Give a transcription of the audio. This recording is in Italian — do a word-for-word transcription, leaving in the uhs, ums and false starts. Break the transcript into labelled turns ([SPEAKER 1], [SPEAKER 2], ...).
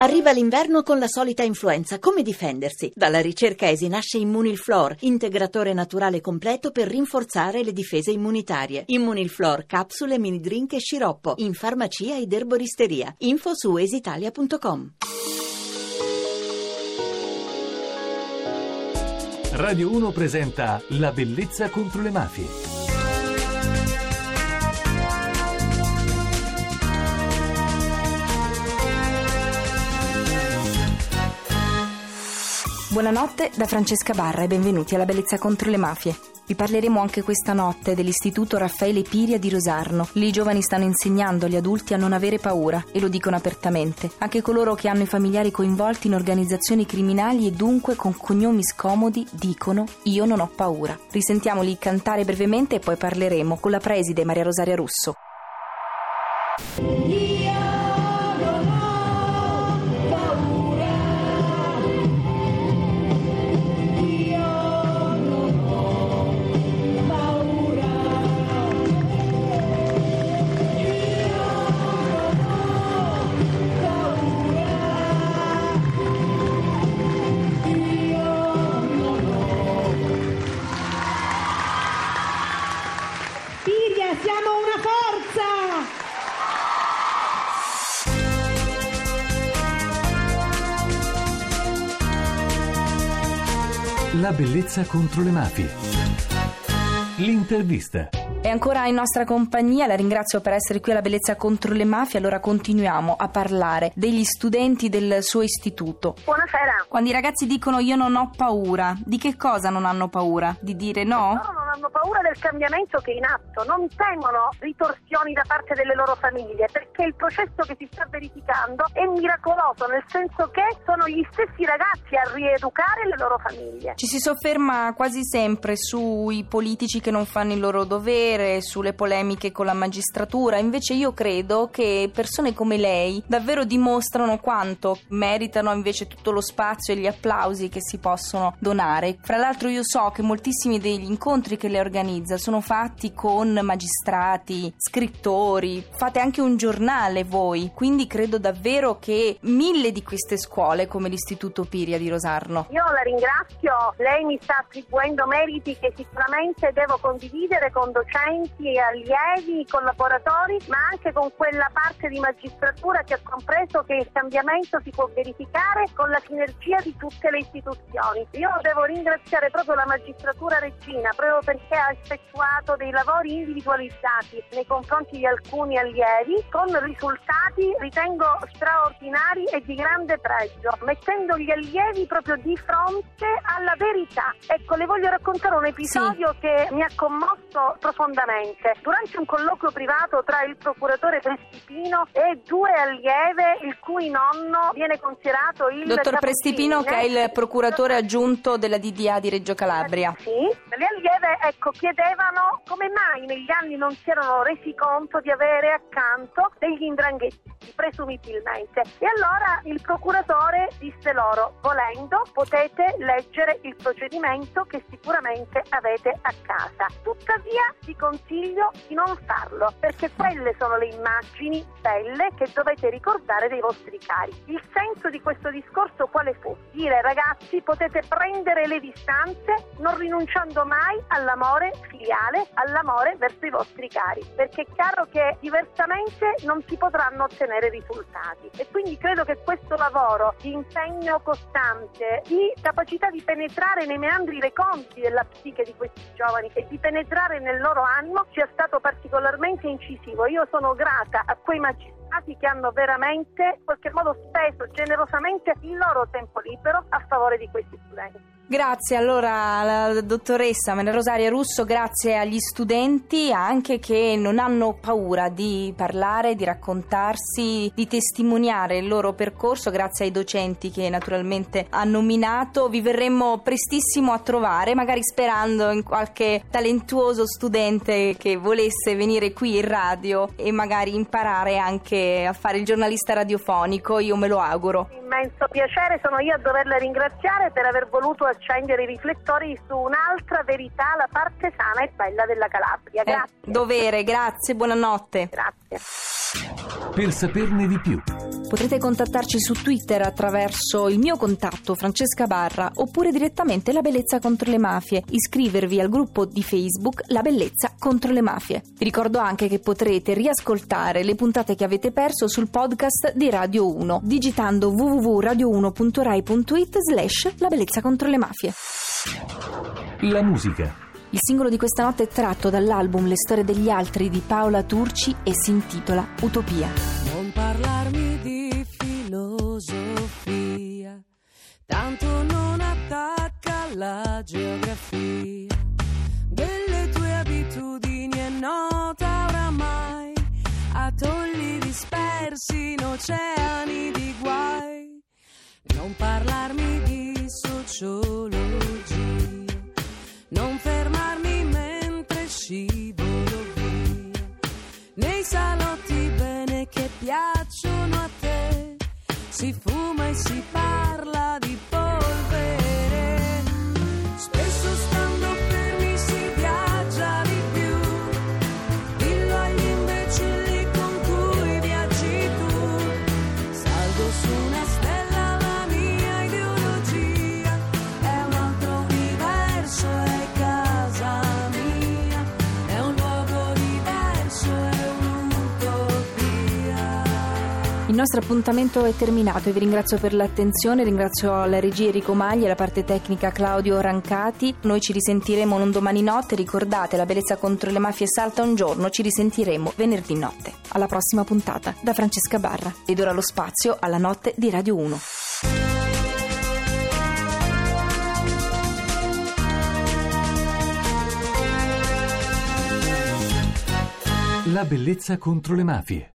[SPEAKER 1] Arriva l'inverno con la solita influenza. Come difendersi? Dalla ricerca E S I nasce Immunilflor, integratore naturale completo per rinforzare le difese immunitarie. Immunilflor, capsule, mini drink e sciroppo. In farmacia ed erboristeria. Info su esitalia punto com.
[SPEAKER 2] Radio uno presenta La bellezza contro le mafie.
[SPEAKER 3] Buonanotte da Francesca Barra e benvenuti alla Bellezza contro le mafie. Vi parleremo anche questa notte dell'Istituto Raffaele Piria di Rosarno. Lì i giovani stanno insegnando agli adulti a non avere paura e lo dicono apertamente. Anche coloro che hanno i familiari coinvolti in organizzazioni criminali e dunque con cognomi scomodi dicono «Io non ho paura». Risentiamoli cantare brevemente e poi parleremo con la preside Maria Rosaria Russo.
[SPEAKER 4] Siamo una forza!
[SPEAKER 2] La bellezza contro le mafie. L'intervista.
[SPEAKER 3] È ancora in nostra compagnia, la ringrazio per essere qui alla Bellezza contro le mafie. Allora continuiamo a parlare degli studenti del suo istituto.
[SPEAKER 5] Buonasera.
[SPEAKER 3] Quando i ragazzi dicono io non ho paura, di che cosa non hanno paura? Di dire no?
[SPEAKER 5] Loro non hanno paura del cambiamento che è in atto, non temono ritorsioni da parte delle loro famiglie, perché il processo che si sta verificando è miracoloso, nel senso che sono gli stessi ragazzi a rieducare le loro famiglie.
[SPEAKER 3] Ci si sofferma quasi sempre sui politici che non fanno il loro dovere, sulle polemiche con la magistratura. Invece io credo che persone come lei davvero dimostrano quanto meritano invece tutto lo spazio e gli applausi che si possono donare. Fra l'altro io so che moltissimi degli incontri che lei organizza sono fatti con magistrati, scrittori, fate anche un giornale voi, quindi credo davvero che mille di queste scuole come l'Istituto Piria di Rosarno.
[SPEAKER 5] Io la ringrazio, lei mi sta attribuendo meriti che sicuramente devo condividere con docenti, allievi, collaboratori, ma anche con quella parte di magistratura che ha compreso che il cambiamento si può verificare con la sinergia di tutte le istituzioni. Io devo ringraziare proprio la magistratura reggina, proprio perché ha effettuato dei lavori individualizzati nei confronti di alcuni allievi con risultati, ritengo, straordinari e di grande pregio, mettendo gli allievi proprio di fronte alla verità. Ecco, le voglio raccontare un episodio sì. che mi ha commosso profondamente. Durante un colloquio privato tra il procuratore Prestipino e due allieve, il cui nonno viene considerato il
[SPEAKER 3] dottor Prestipino, che è il procuratore aggiunto della D D A di Reggio Calabria.
[SPEAKER 5] Sì, le allieve ecco chiedevano come mai negli anni non si erano resi conto di avere accanto degli indranghettisti, presumibilmente. E allora il procuratore disse loro: volendo potete leggere il procedimento che sicuramente avete a casa. Tuttavia vi consiglio di non farlo, perché quelle sono le immagini belle che dovete ricordare dei vostri cari. Il senso di questo discorso quale fu? Dire: ragazzi, potete prendere le distanze non rinunciando mai all'amore filiale, all'amore verso i vostri cari, perché è chiaro che diversamente non si potranno ottenere risultati. E quindi credo che questo lavoro di impegno costante, di capacità di penetrare nei meandri reconditi della psiche di questi giovani e di penetrare nel loro animo sia stato particolarmente incisivo. Io sono grata a quei magistrati che hanno veramente in qualche modo speso generosamente il loro tempo libero a favore di questi studenti.
[SPEAKER 3] Grazie allora alla dottoressa Maria Rosaria Russo, grazie agli studenti anche che non hanno paura di parlare, di raccontarsi, di testimoniare il loro percorso, grazie ai docenti che naturalmente ha nominato. Vi verremo prestissimo a trovare, magari sperando in qualche talentuoso studente che volesse venire qui in radio e magari imparare anche a fare il giornalista radiofonico. Io me lo auguro.
[SPEAKER 5] Immenso piacere, sono io a doverla ringraziare per aver voluto accendere i riflettori su un'altra verità, la parte sana e bella della Calabria. Grazie.
[SPEAKER 3] Eh, dovere, grazie, buonanotte.
[SPEAKER 5] Grazie.
[SPEAKER 2] Per saperne di più,
[SPEAKER 3] potrete contattarci su Twitter attraverso il mio contatto Francesca Barra oppure direttamente La Bellezza contro le Mafie. Iscrivervi al gruppo di Facebook La Bellezza contro le Mafie. Vi ricordo anche che potrete riascoltare le puntate che avete perso sul podcast di Radio uno digitando w w w punto radio uno punto rai punto it slash La Bellezza contro le Mafie.
[SPEAKER 2] la musica.
[SPEAKER 3] Il singolo di questa notte è tratto dall'album Le storie degli altri di Paola Turci e si intitola Utopia.
[SPEAKER 6] Non parlarmi di filosofia, tanto non attacca alla geografia. Delle tue abitudini è nota oramai, atolli dispersi in oceani di guai. Non parlarmi di sociologia, non fermarmi mentre scivolo via nei salotti bene che piacciono a te. Si fuma e si parla di polvere, spesso stando fermi si viaggia di più. Dillo agli imbecilli con cui viaggi tu. Salgo su una stella, la mia ideologia è un altro universo, è casa mia, è un luogo diverso, è un'utopia.
[SPEAKER 3] Il nostro appuntamento è terminato e vi ringrazio per l'attenzione, ringrazio la regia Enrico Magli e la parte tecnica Claudio Rancati. Noi ci risentiremo non domani notte, ricordate La Bellezza contro le Mafie salta un giorno, ci risentiremo venerdì notte. Alla prossima puntata da Francesca Barra ed ora lo spazio alla notte di Radio uno.
[SPEAKER 2] La bellezza contro le mafie.